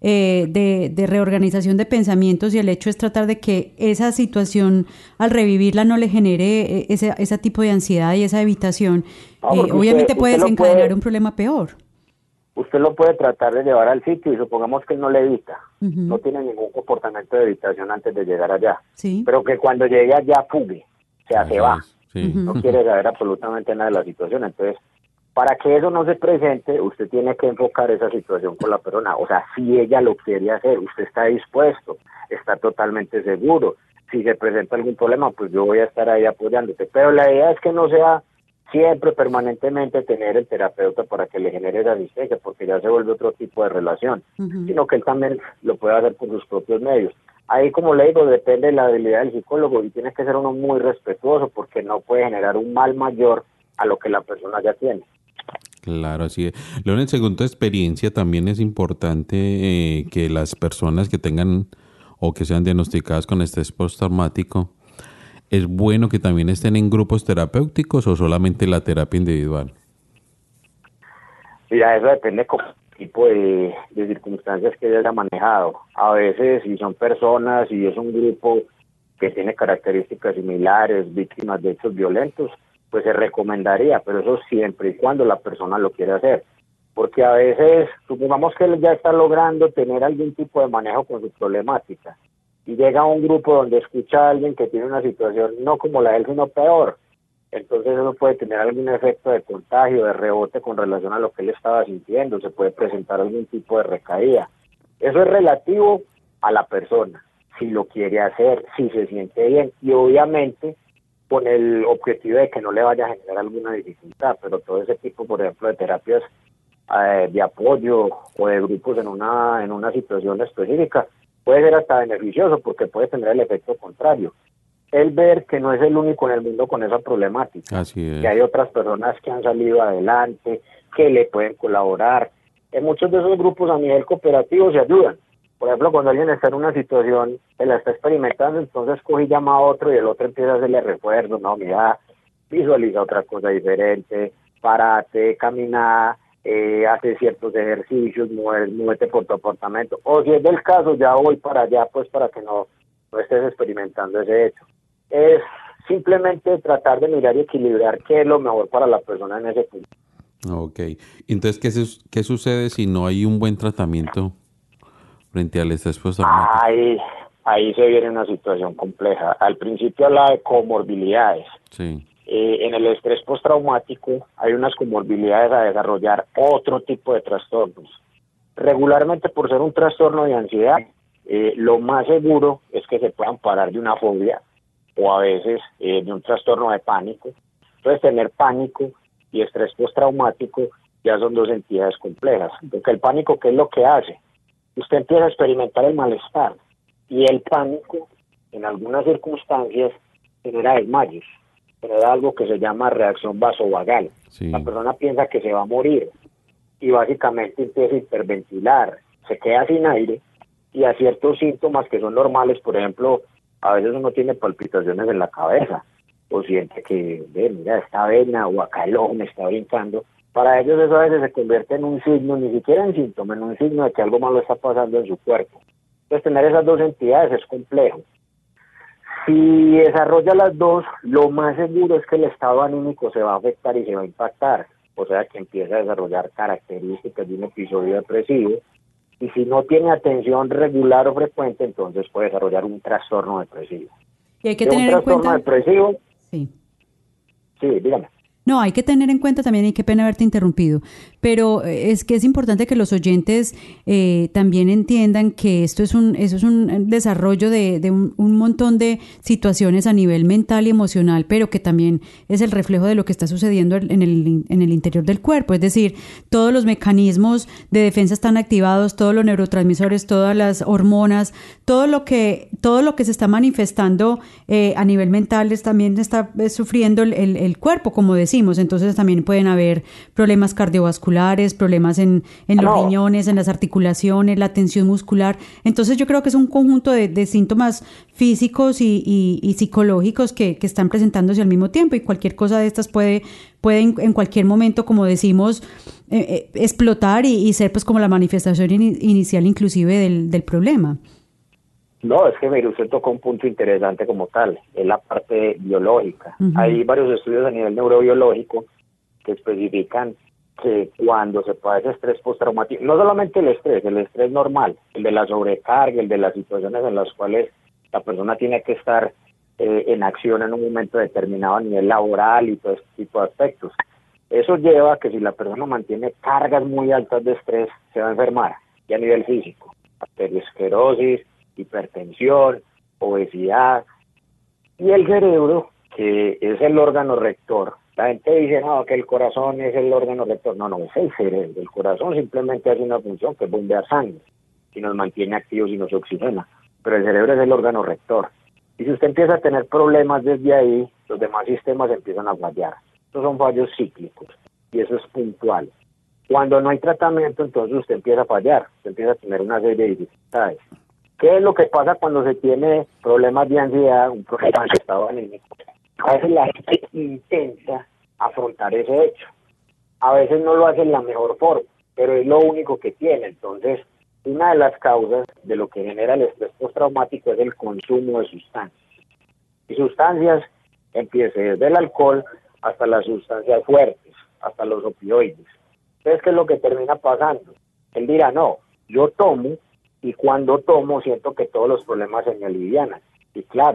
de reorganización de pensamientos, y el hecho es tratar de que esa situación, al revivirla, no le genere ese tipo de ansiedad y esa evitación. Obviamente puede desencadenar un problema peor. Usted lo puede tratar de llevar al sitio y supongamos que él no le evita, no tiene ningún comportamiento de evitación antes de llegar allá, pero que cuando llegue allá fugue, o sea, se va, no quiere saber absolutamente nada de la situación. Entonces, para que eso no se presente, usted tiene que enfocar esa situación con la persona, o sea, si ella lo quiere hacer, usted está dispuesto, está totalmente seguro. Si se presenta algún problema, pues yo voy a estar ahí apoyándote, pero la idea es que no sea siempre, permanentemente tener el terapeuta para que le genere esa asistencia, porque ya se vuelve otro tipo de relación, sino que él también lo puede hacer por sus propios medios. Ahí, como le digo, depende de la habilidad del psicólogo y tiene que ser uno muy respetuoso, porque no puede generar un mal mayor a lo que la persona ya tiene. Claro, así es. Leonel, según tu experiencia, también es importante que las personas que tengan o que sean diagnosticadas con estrés postraumático, ¿es bueno que también estén en grupos terapéuticos o solamente la terapia individual? Mira, eso depende del tipo de circunstancias que ella haya manejado. A veces, si son personas y es un grupo que tiene características similares, víctimas de hechos violentos, pues se recomendaría, pero eso siempre y cuando la persona lo quiera hacer. Porque a veces, supongamos que él ya está logrando tener algún tipo de manejo con su problemática, y llega a un grupo donde escucha a alguien que tiene una situación no como la de él, sino peor. Entonces eso puede tener algún efecto de contagio, de rebote con relación a lo que él estaba sintiendo, se puede presentar algún tipo de recaída. Eso es relativo a la persona, si lo quiere hacer, si se siente bien, y obviamente con el objetivo de que no le vaya a generar alguna dificultad, pero todo ese tipo, por ejemplo, de terapias de apoyo o de grupos en una situación específica, puede ser hasta beneficioso porque puede tener el efecto contrario. El ver que no es el único en el mundo con esa problemática, Así es. que hay otras personas que han salido adelante, que le pueden colaborar. En muchos de esos grupos a nivel cooperativo se ayudan. Por ejemplo, cuando alguien está en una situación, se la está experimentando, entonces coge y llama a otro y el otro empieza a hacerle refuerzo, no, mira, visualiza otra cosa diferente, párate, camina, hace ciertos ejercicios, muévete por tu apartamento, o si es del caso, ya voy para allá, pues para que no estés experimentando ese hecho. Es simplemente tratar de mirar y equilibrar qué es lo mejor para la persona en ese punto. Ok. Entonces, ¿qué sucede si no hay un buen tratamiento frente al estrés postraumático? Ahí se viene una situación compleja. Al principio hablaba de comorbilidades. Sí. En el estrés postraumático hay unas comorbilidades a desarrollar otro tipo de trastornos. Regularmente, por ser un trastorno de ansiedad, lo más seguro es que se puedan parar de una fobia o a veces de un trastorno de pánico. Entonces, tener pánico y estrés postraumático ya son dos entidades complejas. Porque el pánico, ¿qué es lo que hace? Usted empieza a experimentar el malestar y el pánico, en algunas circunstancias, genera desmayos, genera algo que se llama reacción vasovagal. Sí. La persona piensa que se va a morir y básicamente empieza a hiperventilar, se queda sin aire y a ciertos síntomas que son normales, por ejemplo, a veces uno tiene palpitaciones en la cabeza o siente que, mira, esta vena o acá el ojo me está brincando. Para ellos eso a veces se convierte en un signo, ni siquiera en síntoma, en un signo de que algo malo está pasando en su cuerpo. Entonces tener esas dos entidades es complejo. Si desarrolla las dos, lo más seguro es que el estado anímico se va a afectar y se va a impactar. O sea que empieza a desarrollar características de un episodio depresivo. Y si no tiene atención regular o frecuente, entonces puede desarrollar un trastorno depresivo. Y hay que De un tener en trastorno cuenta... depresivo, Sí. sí, dígame. No, hay que tener en cuenta también, y qué pena haberte interrumpido, pero es que es importante que los oyentes también entiendan que eso es un desarrollo de un montón de situaciones a nivel mental y emocional, pero que también es el reflejo de lo que está sucediendo en el interior del cuerpo. Es decir, todos los mecanismos de defensa están activados, todos los neurotransmisores, todas las hormonas, todo lo que se está manifestando a nivel mental también está sufriendo el cuerpo, como decimos. Entonces también pueden haber problemas cardiovasculares, problemas en los riñones, en las articulaciones, la tensión muscular. Entonces yo creo que es un conjunto de síntomas físicos y psicológicos que están presentándose al mismo tiempo, y cualquier cosa de estas puede en cualquier momento, como decimos, explotar y ser pues como la manifestación inicial inclusive del problema. No, es que mire, usted tocó un punto interesante como tal, es la parte biológica. Uh-huh. Hay varios estudios a nivel neurobiológico que especifican que cuando se padece estrés postraumático, no solamente el estrés normal, el de la sobrecarga, el de las situaciones en las cuales la persona tiene que estar en acción en un momento determinado a nivel laboral y todo este tipo de aspectos. Eso lleva a que si la persona mantiene cargas muy altas de estrés, se va a enfermar, y a nivel físico, arteriosclerosis, hipertensión, obesidad, y el cerebro, que es el órgano rector. La gente dice, no, que el corazón es el órgano rector. No, es el cerebro. El corazón simplemente hace una función que es bombear sangre y nos mantiene activos y nos oxigena, pero el cerebro es el órgano rector. Y si usted empieza a tener problemas desde ahí, los demás sistemas empiezan a fallar. Estos son fallos cíclicos y eso es puntual. Cuando no hay tratamiento, entonces usted empieza a fallar, usted empieza a tener una serie de dificultades. ¿Qué es lo que pasa cuando se tiene problemas de ansiedad, un problema de estado anímico? A veces la gente intenta afrontar ese hecho. A veces no lo hace en la mejor forma, pero es lo único que tiene. Entonces, una de las causas de lo que genera el estrés postraumático es el consumo de sustancias. Y sustancias empieza desde el alcohol hasta las sustancias fuertes, hasta los opioides. Entonces, ¿qué es lo que termina pasando? Él dirá, no, yo tomo, y cuando tomo siento que todos los problemas se me alivianan. Y claro,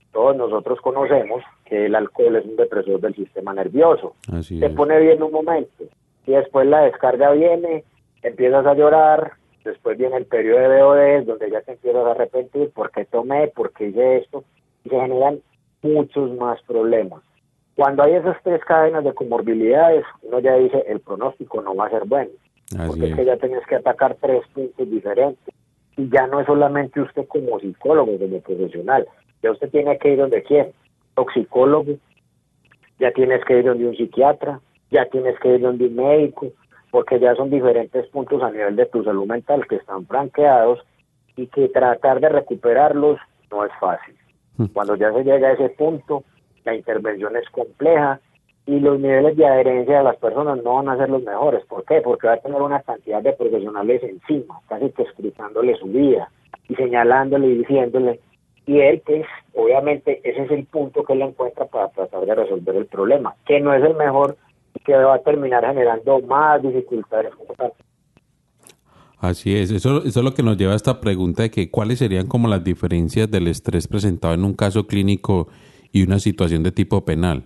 Todos nosotros conocemos que el alcohol es un depresor del sistema nervioso. Así Te es. pone bien un momento y después la descarga viene, empiezas a llorar, después viene el periodo de BOD donde ya te empiezas a arrepentir, ¿por qué tomé? ¿Por qué hice esto? Y se generan muchos más problemas. Cuando hay esas tres cadenas de comorbilidades, uno ya dice, el pronóstico no va a ser bueno, Así porque es que es. ya tienes que atacar 3 puntos diferentes. Y ya no es solamente usted como psicólogo, como profesional, ya usted tiene que ir donde quiera, toxicólogo, ya tienes que ir donde un psiquiatra, ya tienes que ir donde un médico, porque ya son diferentes puntos a nivel de tu salud mental que están franqueados y que tratar de recuperarlos no es fácil. Cuando ya se llega a ese punto, la intervención es compleja y los niveles de adherencia de las personas no van a ser los mejores. ¿Por qué? Porque va a tener una cantidad de profesionales encima, casi que explicándole su vida y señalándole y diciéndole. Y él, pues, obviamente, ese es el punto que él encuentra para tratar de resolver el problema, que no es el mejor y que va a terminar generando más dificultades como tal. Así es. Eso es lo que nos lleva a esta pregunta de que cuáles serían como las diferencias del estrés presentado en un caso clínico y una situación de tipo penal.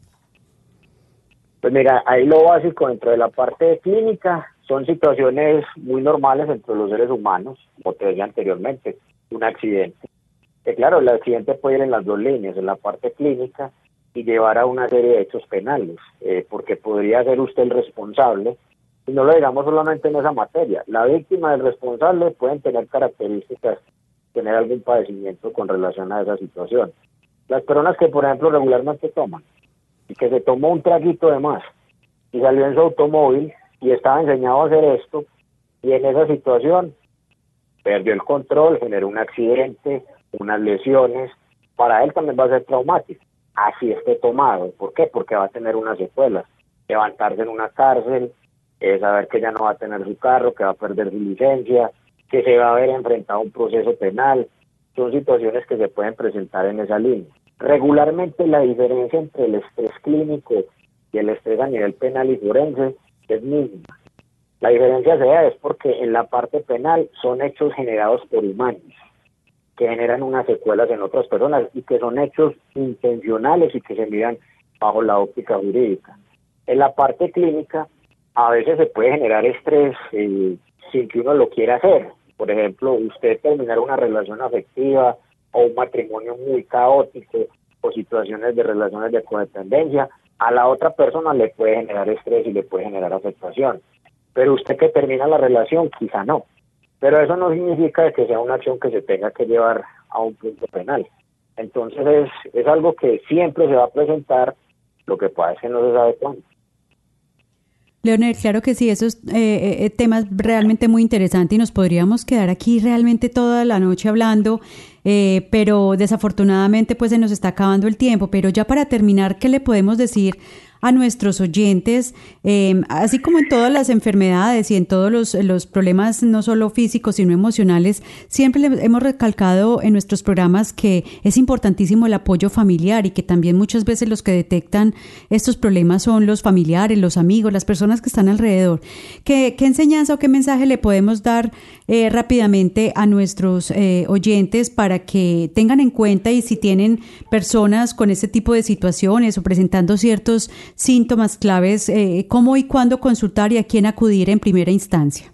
Pues mira, ahí lo básico dentro de la parte de clínica son situaciones muy normales entre los seres humanos, como te decía anteriormente, un accidente. Que claro, el accidente puede ir en las dos líneas, en la parte clínica y llevar a una serie de hechos penales, porque podría ser usted el responsable, y no lo digamos solamente en esa materia. La víctima del responsable pueden tener características, tener algún padecimiento con relación a esa situación. Las personas que, por ejemplo, regularmente toman, y que se tomó un traguito de más y salió en su automóvil y estaba enseñado a hacer esto y en esa situación perdió el control, generó un accidente, unas lesiones, para él también va a ser traumático, así esté tomado. ¿Por qué? Porque va a tener unas secuelas, levantarse en una cárcel, saber que ya no va a tener su carro, que va a perder su licencia, que se va a ver enfrentado a un proceso penal. Son situaciones que se pueden presentar en esa línea. Regularmente la diferencia entre el estrés clínico y el estrés a nivel penal y forense es mínima. La diferencia se da es porque en la parte penal son hechos generados por humanos, que generan unas secuelas en otras personas y que son hechos intencionales y que se miran bajo la óptica jurídica. En la parte clínica a veces se puede generar estrés sin que uno lo quiera hacer. Por ejemplo, usted terminar una relación afectiva o un matrimonio muy caótico o situaciones de relaciones de codependencia, a la otra persona le puede generar estrés y le puede generar afectación. Pero usted que termina la relación, quizá no. Pero eso no significa que sea una acción que se tenga que llevar a un punto penal. Entonces es algo que siempre se va a presentar, lo que pasa es que no se sabe cuándo. Leonel, claro que sí, esos temas realmente muy interesantes y nos podríamos quedar aquí realmente toda la noche hablando, pero desafortunadamente pues se nos está acabando el tiempo. Pero ya para terminar, ¿qué le podemos decir a nuestros oyentes? Así como en todas las enfermedades y en todos los problemas, no solo físicos, sino emocionales, siempre hemos recalcado en nuestros programas que es importantísimo el apoyo familiar y que también muchas veces los que detectan estos problemas son los familiares, los amigos, las personas que están alrededor. ¿Qué enseñanza o qué mensaje le podemos dar rápidamente a nuestros oyentes para que tengan en cuenta, y si tienen personas con este tipo de situaciones o presentando ciertos síntomas claves, cómo y cuándo consultar y a quién acudir en primera instancia?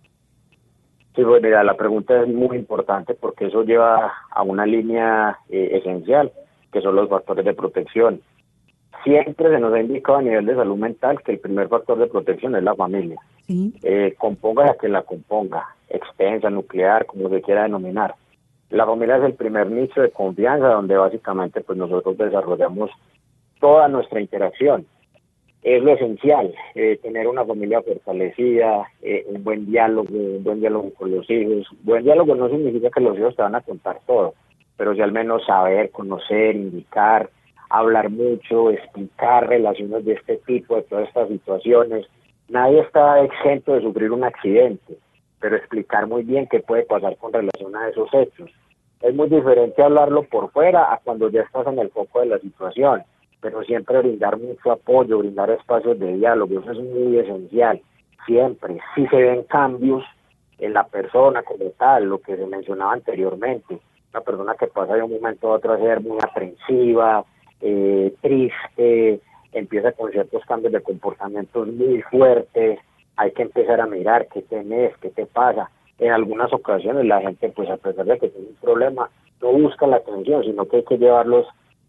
Sí, pues mira, la pregunta es muy importante porque eso lleva a una línea esencial, que son los factores de protección. Siempre se nos ha indicado a nivel de salud mental que el primer factor de protección es la familia. Sí. Componga la que la componga, extensa, nuclear, como se quiera denominar. La familia es el primer nicho de confianza donde básicamente pues nosotros desarrollamos toda nuestra interacción. Es lo esencial, tener una familia fortalecida, un buen diálogo con los hijos. Buen diálogo no significa que los hijos te van a contar todo, pero sí al menos saber, conocer, indicar, hablar mucho, explicar relaciones de este tipo, de todas estas situaciones. Nadie está exento de sufrir un accidente, pero explicar muy bien qué puede pasar con relación a esos hechos. Es muy diferente hablarlo por fuera a cuando ya estás en el foco de la situación, pero siempre brindar mucho apoyo, brindar espacios de diálogo, eso es muy esencial. Siempre, si se ven cambios en la persona como tal, lo que se mencionaba anteriormente, una persona que pasa de un momento a otro a ser muy aprensiva, triste, empieza con ciertos cambios de comportamientos muy fuertes. Hay que empezar a mirar qué tenés, qué te pasa. En algunas ocasiones la gente, pues a pesar de que tiene un problema, no busca la atención, sino que hay que llevarlos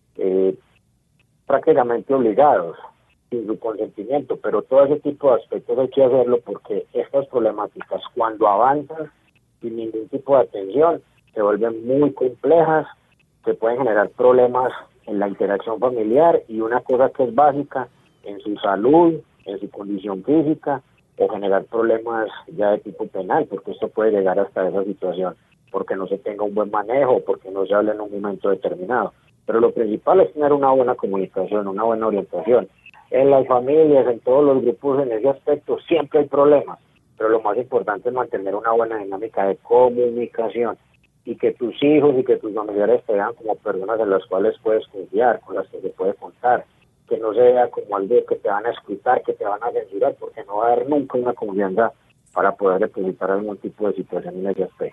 prácticamente obligados, sin su consentimiento, pero todo ese tipo de aspectos hay que hacerlo porque estas problemáticas, cuando avanzan sin ningún tipo de atención, se vuelven muy complejas, se pueden generar problemas en la interacción familiar y una cosa que es básica, en su salud, en su condición física, o generar problemas ya de tipo penal, porque esto puede llegar hasta esa situación, porque no se tenga un buen manejo, porque no se hable en un momento determinado. Pero lo principal es tener una buena comunicación, una buena orientación. En las familias, en todos los grupos, en ese aspecto, siempre hay problemas, pero lo más importante es mantener una buena dinámica de comunicación y que tus hijos y que tus familiares te vean como personas en las cuales puedes confiar, con las que se puede contar, que no se vea como algo que te van a escuchar, que te van a censurar, porque no va a haber nunca una confianza para poder depositar algún tipo de situación en ese aspecto.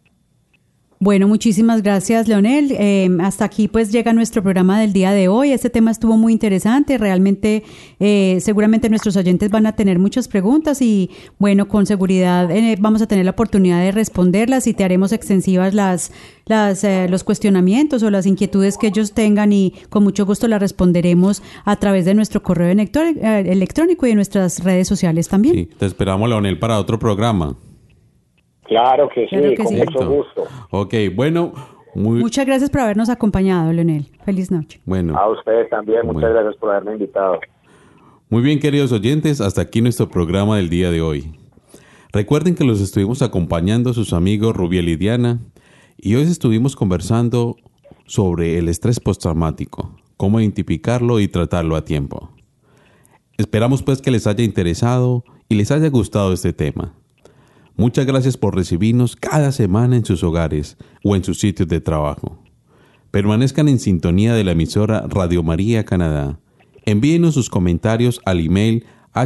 Bueno, muchísimas gracias, Leonel. Hasta aquí pues llega nuestro programa del día de hoy. Este tema estuvo muy interesante. Realmente, seguramente nuestros oyentes van a tener muchas preguntas y bueno, con seguridad vamos a tener la oportunidad de responderlas y te haremos extensivas los cuestionamientos o las inquietudes que ellos tengan y con mucho gusto las responderemos a través de nuestro correo electrónico y de nuestras redes sociales también. Sí, te esperamos, Leonel, para otro programa. Claro que sí, Claro que con sí. mucho gusto. Ok, bueno, Muchas gracias por habernos acompañado, Leonel. Feliz noche. bueno. A ustedes también, muchas Bueno. gracias por haberme invitado. Muy bien, queridos oyentes, hasta aquí nuestro programa del día de hoy. Recuerden que los estuvimos acompañando sus amigos Rubiel y Diana, y hoy estuvimos conversando sobre el estrés postraumático, cómo identificarlo y tratarlo a tiempo. Esperamos pues que les haya interesado y les haya gustado este tema. Muchas gracias por recibirnos cada semana en sus hogares o en sus sitios de trabajo. Permanezcan en sintonía de la emisora Radio María Canadá. Envíenos sus comentarios al email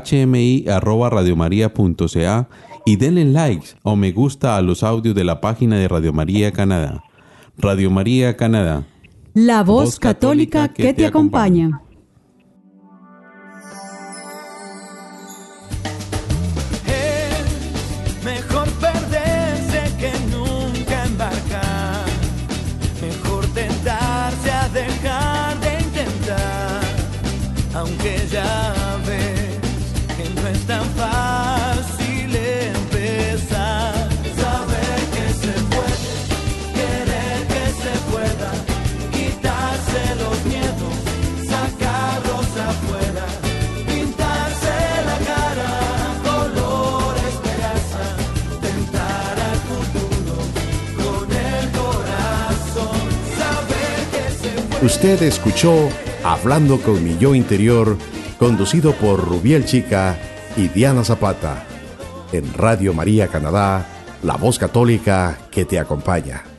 hmi@radiomaria.ca y denle likes o me gusta a los audios de la página de Radio María Canadá. Radio María Canadá. La voz católica que te acompaña. Mejor perderse que nunca embarcar. Mejor tentarse a dejar de intentar. Aunque ya ves que no es tan fácil empezar. Saber que se puede, querer que se pueda. Quitarse los miedos, sacarlos afuera. Pintarse la cara, color esperanza. Tentar al futuro con el corazón. Saber que se puede. Usted escuchó Hablando con mi yo interior, conducido por Rubiel Chica y Diana Zapata, en Radio María Canadá, la voz católica que te acompaña.